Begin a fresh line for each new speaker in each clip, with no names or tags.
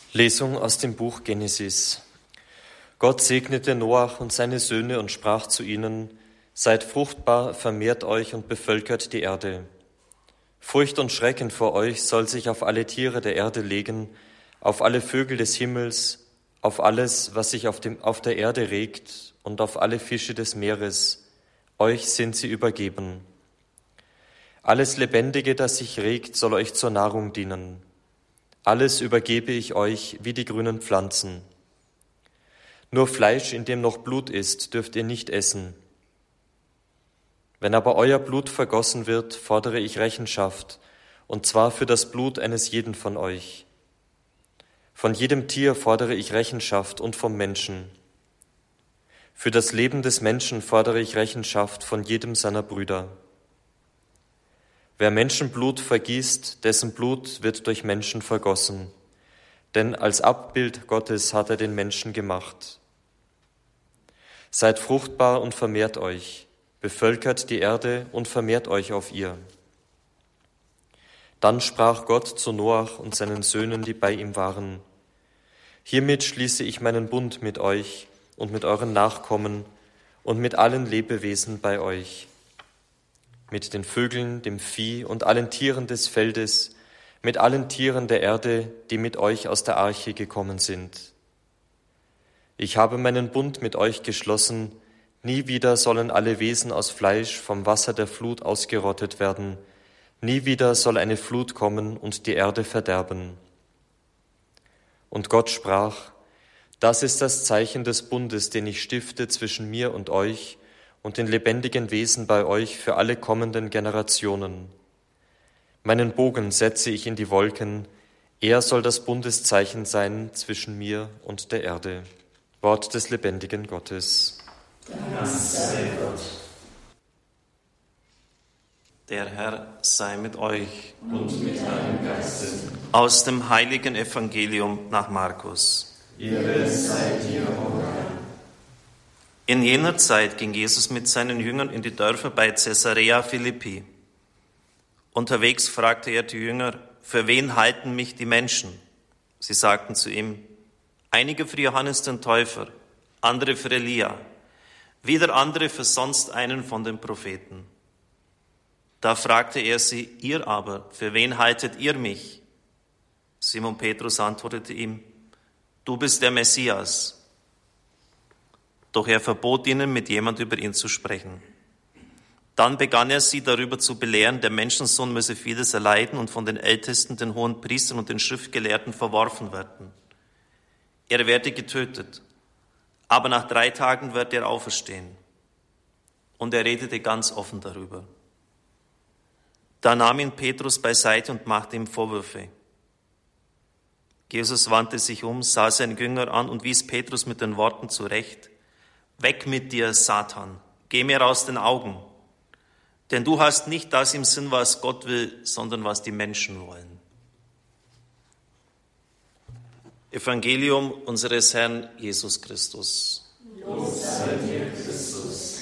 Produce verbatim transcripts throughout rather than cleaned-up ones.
Lesung aus dem Buch Genesis. Gott segnete Noach und seine Söhne und sprach zu ihnen: Seid fruchtbar, vermehrt euch und bevölkert die Erde. Furcht und Schrecken vor euch soll sich auf alle Tiere der Erde legen, auf alle Vögel des Himmels, auf alles, was sich auf, dem, auf der Erde regt, und auf alle Fische des Meeres. Euch sind sie übergeben. Alles Lebendige, das sich regt, soll euch zur Nahrung dienen. Alles übergebe ich euch wie die grünen Pflanzen. Nur Fleisch, in dem noch Blut ist, dürft ihr nicht essen. Wenn aber euer Blut vergossen wird, fordere ich Rechenschaft, und zwar für das Blut eines jeden von euch. Von jedem Tier fordere ich Rechenschaft und vom Menschen. Für das Leben des Menschen fordere ich Rechenschaft von jedem seiner Brüder. Wer Menschenblut vergießt, dessen Blut wird durch Menschen vergossen, denn als Abbild Gottes hat er den Menschen gemacht. Seid fruchtbar und vermehrt euch, bevölkert die Erde und vermehrt euch auf ihr. Dann sprach Gott zu Noach und seinen Söhnen, die bei ihm waren: Hiermit schließe ich meinen Bund mit euch und mit euren Nachkommen und mit allen Lebewesen bei euch, mit den Vögeln, dem Vieh und allen Tieren des Feldes, mit allen Tieren der Erde, die mit euch aus der Arche gekommen sind. Ich habe meinen Bund mit euch geschlossen, nie wieder sollen alle Wesen aus Fleisch vom Wasser der Flut ausgerottet werden, nie wieder soll eine Flut kommen und die Erde verderben. Und Gott sprach: Das ist das Zeichen des Bundes, den ich stifte zwischen mir und euch und den lebendigen Wesen bei euch für alle kommenden Generationen. Meinen Bogen setze ich in die Wolken, er soll das Bundeszeichen sein zwischen mir und der Erde. Wort des lebendigen Gottes.
Dank sei Gott.
Der Herr sei mit euch.
Und mit deinem Geiste.
Aus dem heiligen Evangelium nach Markus.
Ehre sei dir, o Herr.
In jener Zeit ging Jesus mit seinen Jüngern in die Dörfer bei Caesarea Philippi. Unterwegs fragte er die Jünger: Für wen halten mich die Menschen? Sie sagten zu ihm: Einige für Johannes den Täufer, andere für Elia, wieder andere für sonst einen von den Propheten. Da fragte er sie: Ihr aber, für wen haltet ihr mich? Simon Petrus antwortete ihm: Du bist der Messias. Doch er verbot ihnen, mit jemand über ihn zu sprechen. Dann begann er sie darüber zu belehren, der Menschensohn müsse vieles erleiden und von den Ältesten, den hohen Priestern und den Schriftgelehrten verworfen werden. Er werde getötet, aber nach drei Tagen wird er auferstehen. Und er redete ganz offen darüber. Da nahm ihn Petrus beiseite und machte ihm Vorwürfe. Jesus wandte sich um, sah seinen Jünger an und wies Petrus mit den Worten zurecht: Weg mit dir, Satan, geh mir aus den Augen, denn du hast nicht das im Sinn, was Gott will, sondern was die Menschen wollen. Evangelium unseres Herrn Jesus Christus.
Lob sei dir, Christus.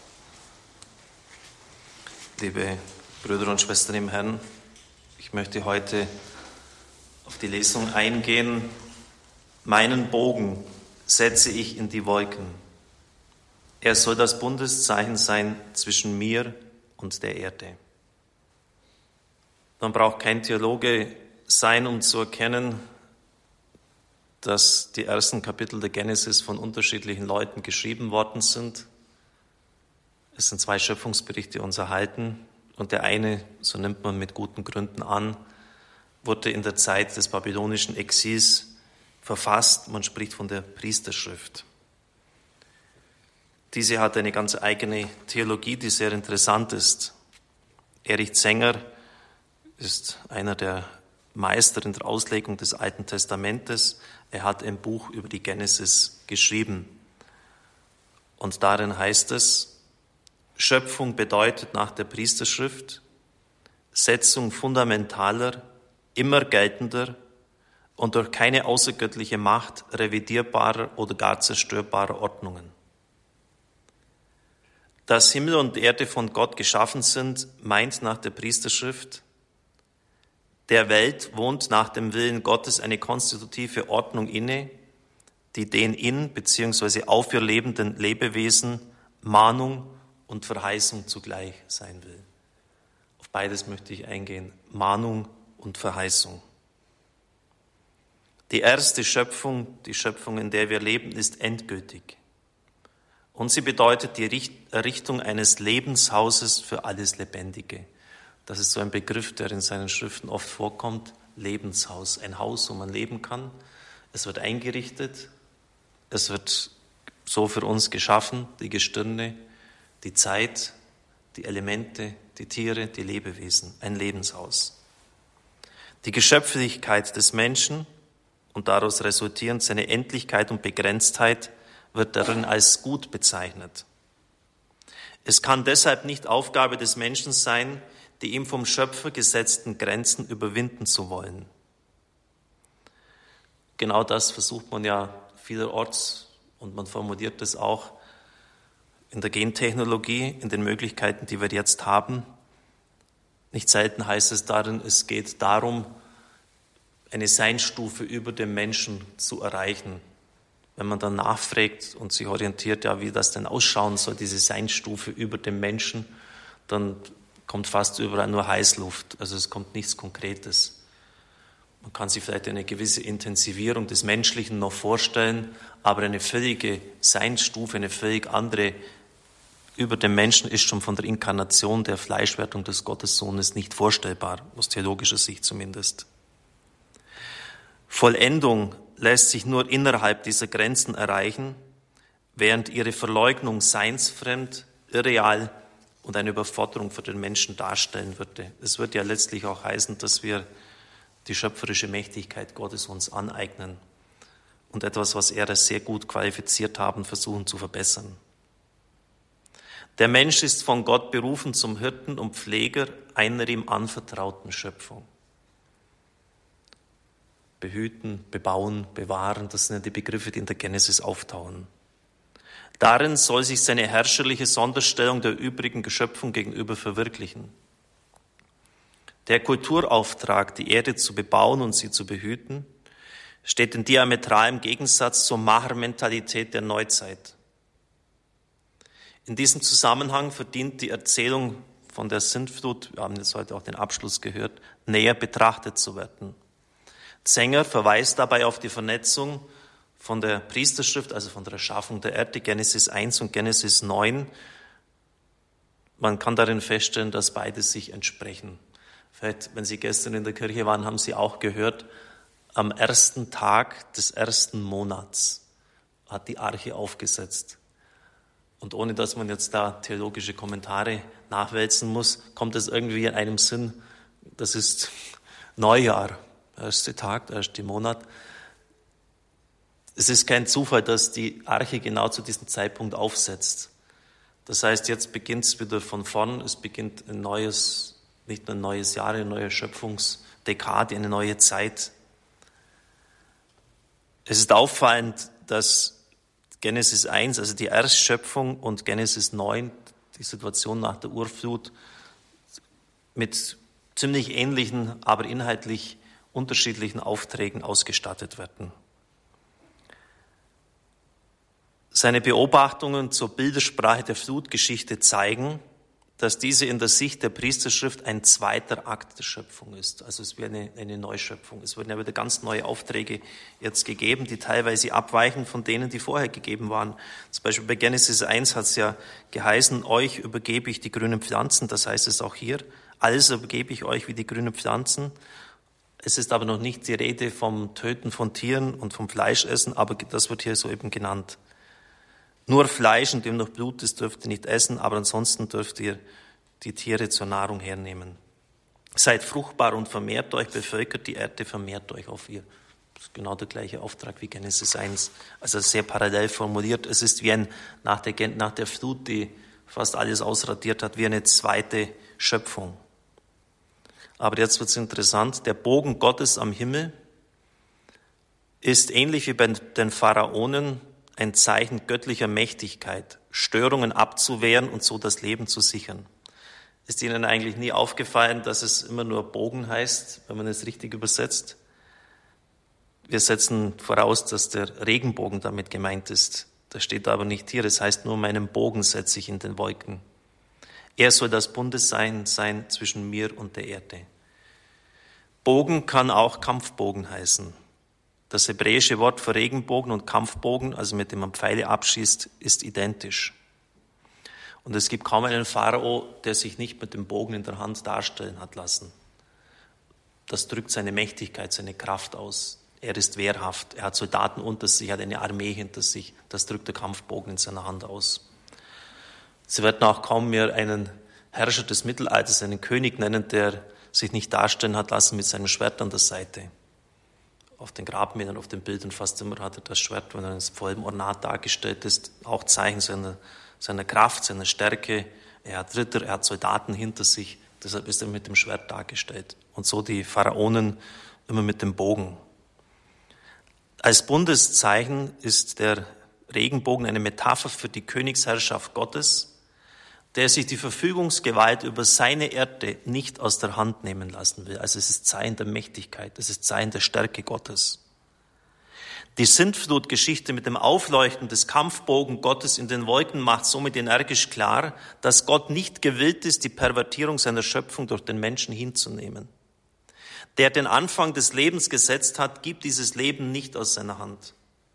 Liebe Brüder und Schwestern im Herrn, ich möchte heute auf die Lesung eingehen: Meinen Bogen setze ich in die Wolken. Er soll das Bundeszeichen sein zwischen mir und der Erde. Man braucht kein Theologe sein, um zu erkennen, dass die ersten Kapitel der Genesis von unterschiedlichen Leuten geschrieben worden sind. Es sind zwei Schöpfungsberichte uns erhalten und der eine, so nimmt man mit guten Gründen an, wurde in der Zeit des babylonischen Exils verfasst. Man spricht von der Priesterschrift. Diese hat eine ganz eigene Theologie, die sehr interessant ist. Erich Zenger ist einer der Meister in der Auslegung des Alten Testamentes. Er hat ein Buch über die Genesis geschrieben. Und darin heißt es: Schöpfung bedeutet nach der Priesterschrift Setzung fundamentaler, immer geltender und durch keine außergöttliche Macht revidierbarer oder gar zerstörbarer Ordnungen. Dass Himmel und Erde von Gott geschaffen sind, meint nach der Priesterschrift Der Welt wohnt nach dem Willen Gottes eine konstitutive Ordnung inne, die den in bzw. auf ihr lebenden Lebewesen Mahnung und Verheißung zugleich sein will. Auf beides möchte ich eingehen, Mahnung und Verheißung. Die erste Schöpfung, die Schöpfung, in der wir leben, ist endgültig. Und sie bedeutet die Errichtung eines Lebenshauses für alles Lebendige. Das ist so ein Begriff, der in seinen Schriften oft vorkommt. Lebenshaus, ein Haus, wo man leben kann. Es wird eingerichtet, es wird so für uns geschaffen, die Gestirne, die Zeit, die Elemente, die Tiere, die Lebewesen, ein Lebenshaus. Die Geschöpflichkeit des Menschen und daraus resultierend seine Endlichkeit und Begrenztheit wird darin als gut bezeichnet. Es kann deshalb nicht Aufgabe des Menschen sein, die ihm vom Schöpfer gesetzten Grenzen überwinden zu wollen. Genau das versucht man ja vielerorts und man formuliert es auch in der Gentechnologie, in den Möglichkeiten, die wir jetzt haben. Nicht selten heißt es darin, es geht darum, eine Seinsstufe über dem Menschen zu erreichen. Wenn man dann nachfragt und sich orientiert, ja, wie das denn ausschauen soll, diese Seinsstufe über dem Menschen, dann kommt fast überall nur Heißluft, also es kommt nichts Konkretes. Man kann sich vielleicht eine gewisse Intensivierung des Menschlichen noch vorstellen, aber eine völlige Seinsstufe, eine völlig andere über dem Menschen ist schon von der Inkarnation der Fleischwerdung des Gottessohnes nicht vorstellbar, aus theologischer Sicht zumindest. Vollendung lässt sich nur innerhalb dieser Grenzen erreichen, während ihre Verleugnung seinsfremd, irreal und eine Überforderung für den Menschen darstellen würde. Es wird ja letztlich auch heißen, dass wir die schöpferische Mächtigkeit Gottes uns aneignen und etwas, was er als sehr gut qualifiziert haben, versuchen zu verbessern. Der Mensch ist von Gott berufen zum Hirten und Pfleger einer ihm anvertrauten Schöpfung. Behüten, bebauen, bewahren, das sind ja die Begriffe, die in der Genesis auftauchen. Darin soll sich seine herrscherliche Sonderstellung der übrigen Geschöpfung gegenüber verwirklichen. Der Kulturauftrag, die Erde zu bebauen und sie zu behüten, steht in diametralem Gegensatz zur Machermentalität der Neuzeit. In diesem Zusammenhang verdient die Erzählung von der Sintflut, wir haben jetzt heute auch den Abschluss gehört, näher betrachtet zu werden. Zenger verweist dabei auf die Vernetzung von der Priesterschrift, also von der Erschaffung der Erde, Genesis eins und Genesis neun. Man kann darin feststellen, dass beides sich entsprechen. Vielleicht, wenn Sie gestern in der Kirche waren, haben Sie auch gehört, am ersten Tag des ersten Monats hat die Arche aufgesetzt. Und ohne dass man jetzt da theologische Kommentare nachwälzen muss, kommt es irgendwie in einem Sinn, das ist Neujahr, der erste Tag, der erste Monat. Es ist kein Zufall, dass die Arche genau zu diesem Zeitpunkt aufsetzt. Das heißt, jetzt beginnt es wieder von vorn, es beginnt ein neues, nicht nur ein neues Jahr, eine neue Schöpfungsdekade, eine neue Zeit. Es ist auffallend, dass Genesis eins, also die Erstschöpfung, und Genesis neun, die Situation nach der Urflut, mit ziemlich ähnlichen, aber inhaltlich unterschiedlichen Aufträgen ausgestattet werden. Seine Beobachtungen zur Bildersprache der Flutgeschichte zeigen, dass diese in der Sicht der Priesterschrift ein zweiter Akt der Schöpfung ist. Also es wäre eine, eine Neuschöpfung. Es wurden ja wieder ganz neue Aufträge jetzt gegeben, die teilweise abweichen von denen, die vorher gegeben waren. Zum Beispiel bei Genesis eins hat es ja geheißen, euch übergebe ich die grünen Pflanzen, das heißt es auch hier, alles übergebe ich euch wie die grünen Pflanzen. Es ist aber noch nicht die Rede vom Töten von Tieren und vom Fleischessen, aber das wird hier so eben genannt. Nur Fleisch, in dem noch Blut ist, dürft ihr nicht essen, aber ansonsten dürft ihr die Tiere zur Nahrung hernehmen. Seid fruchtbar und vermehrt euch, bevölkert die Erde, vermehrt euch auf ihr. Das ist genau der gleiche Auftrag wie Genesis eins. Also sehr parallel formuliert. Es ist wie ein, nach der, nach der Flut, die fast alles ausradiert hat, wie eine zweite Schöpfung. Aber jetzt wird es interessant. Der Bogen Gottes am Himmel ist ähnlich wie bei den Pharaonen ein Zeichen göttlicher Mächtigkeit, Störungen abzuwehren und so das Leben zu sichern. Ist Ihnen eigentlich nie aufgefallen, dass es immer nur Bogen heißt, wenn man es richtig übersetzt? Wir setzen voraus, dass der Regenbogen damit gemeint ist. Das steht aber nicht hier. Das heißt nur, meinen Bogen setze ich in den Wolken. Er soll das Bundessein sein zwischen mir und der Erde. Bogen kann auch Kampfbogen heißen. Das hebräische Wort für Regenbogen und Kampfbogen, also mit dem man Pfeile abschießt, ist identisch. Und es gibt kaum einen Pharao, der sich nicht mit dem Bogen in der Hand darstellen hat lassen. Das drückt seine Mächtigkeit, seine Kraft aus. Er ist wehrhaft, er hat Soldaten unter sich, er hat eine Armee hinter sich. Das drückt der Kampfbogen in seiner Hand aus. Sie werden auch kaum mehr einen Herrscher des Mittelalters, einen König nennen, der sich nicht darstellen hat lassen mit seinem Schwert an der Seite. Auf den Grabmälern, auf den Bildern fast immer hat er das Schwert, wenn er in vollem Ornat dargestellt ist, auch Zeichen seiner, seiner Kraft, seiner Stärke. Er hat Ritter, er hat Soldaten hinter sich, deshalb ist er mit dem Schwert dargestellt. Und so die Pharaonen immer mit dem Bogen. Als Bundeszeichen ist der Regenbogen eine Metapher für die Königsherrschaft Gottes, der sich die Verfügungsgewalt über seine Erde nicht aus der Hand nehmen lassen will. Also es ist Zeichen der Mächtigkeit, es ist Zeichen der Stärke Gottes. Die Sintflutgeschichte mit dem Aufleuchten des Kampfbogen Gottes in den Wolken macht somit energisch klar, dass Gott nicht gewillt ist, die Pervertierung seiner Schöpfung durch den Menschen hinzunehmen. Der den Anfang des Lebens gesetzt hat, gibt dieses Leben nicht aus seiner Hand.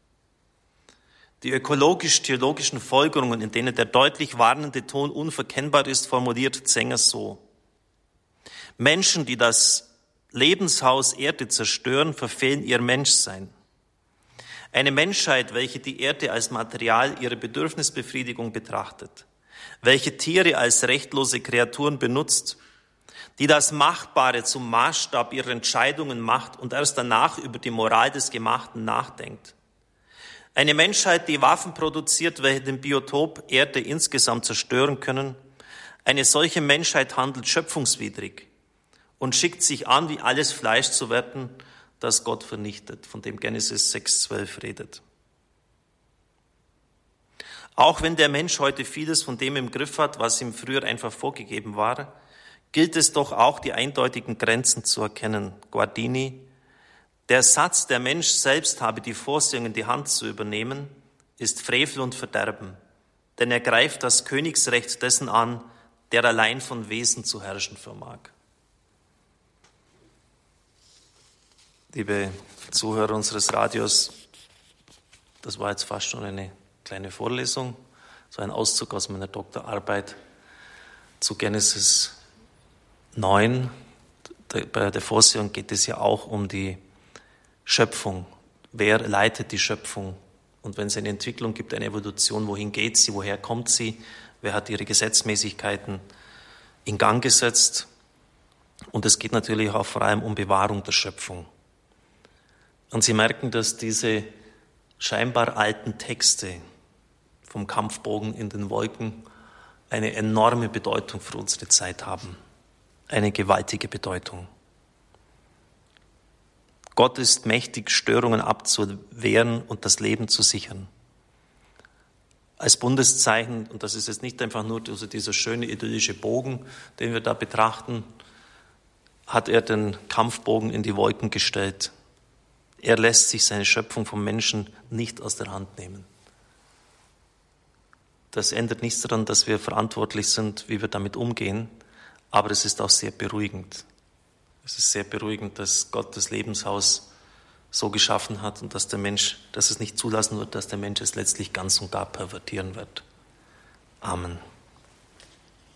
Die ökologisch-theologischen Folgerungen, in denen der deutlich warnende Ton unverkennbar ist, formuliert Zenger so: Menschen, die das Lebenshaus Erde zerstören, verfehlen ihr Menschsein. Eine Menschheit, welche die Erde als Material ihrer Bedürfnisbefriedigung betrachtet, welche Tiere als rechtlose Kreaturen benutzt, die das Machbare zum Maßstab ihrer Entscheidungen macht und erst danach über die Moral des Gemachten nachdenkt. Eine Menschheit, die Waffen produziert, welche den Biotop Erde insgesamt zerstören können. Eine solche Menschheit handelt schöpfungswidrig und schickt sich an, wie alles Fleisch zu werden, das Gott vernichtet, von dem Genesis sechs zwölf redet. Auch wenn der Mensch heute vieles von dem im Griff hat, was ihm früher einfach vorgegeben war, gilt es doch auch, die eindeutigen Grenzen zu erkennen. Guardini: Der Satz, der Mensch selbst habe die Vorsehung in die Hand zu übernehmen, ist Frevel und Verderben, denn er greift das Königsrecht dessen an, der allein von Wesen zu herrschen vermag. Liebe Zuhörer unseres Radios, das war jetzt fast schon eine kleine Vorlesung, so ein Auszug aus meiner Doktorarbeit zu Genesis neun. Bei der Vorsehung geht es ja auch um die Schöpfung. Wer leitet die Schöpfung? Und wenn es eine Entwicklung gibt, eine Evolution, wohin geht sie, woher kommt sie? Wer hat ihre Gesetzmäßigkeiten in Gang gesetzt? Und es geht natürlich auch vor allem um Bewahrung der Schöpfung. Und Sie merken, dass diese scheinbar alten Texte vom Kampfbogen in den Wolken eine enorme Bedeutung für unsere Zeit haben. Eine gewaltige Bedeutung. Gott ist mächtig, Störungen abzuwehren und das Leben zu sichern. Als Bundeszeichen, und das ist jetzt nicht einfach nur also dieser schöne idyllische Bogen, den wir da betrachten, hat er den Kampfbogen in die Wolken gestellt. Er lässt sich seine Schöpfung vom Menschen nicht aus der Hand nehmen. Das ändert nichts daran, dass wir verantwortlich sind, wie wir damit umgehen, aber es ist auch sehr beruhigend. Es ist sehr beruhigend, dass Gott das Lebenshaus so geschaffen hat und dass der Mensch, dass es nicht zulassen wird, dass der Mensch es letztlich ganz und gar pervertieren wird. Amen.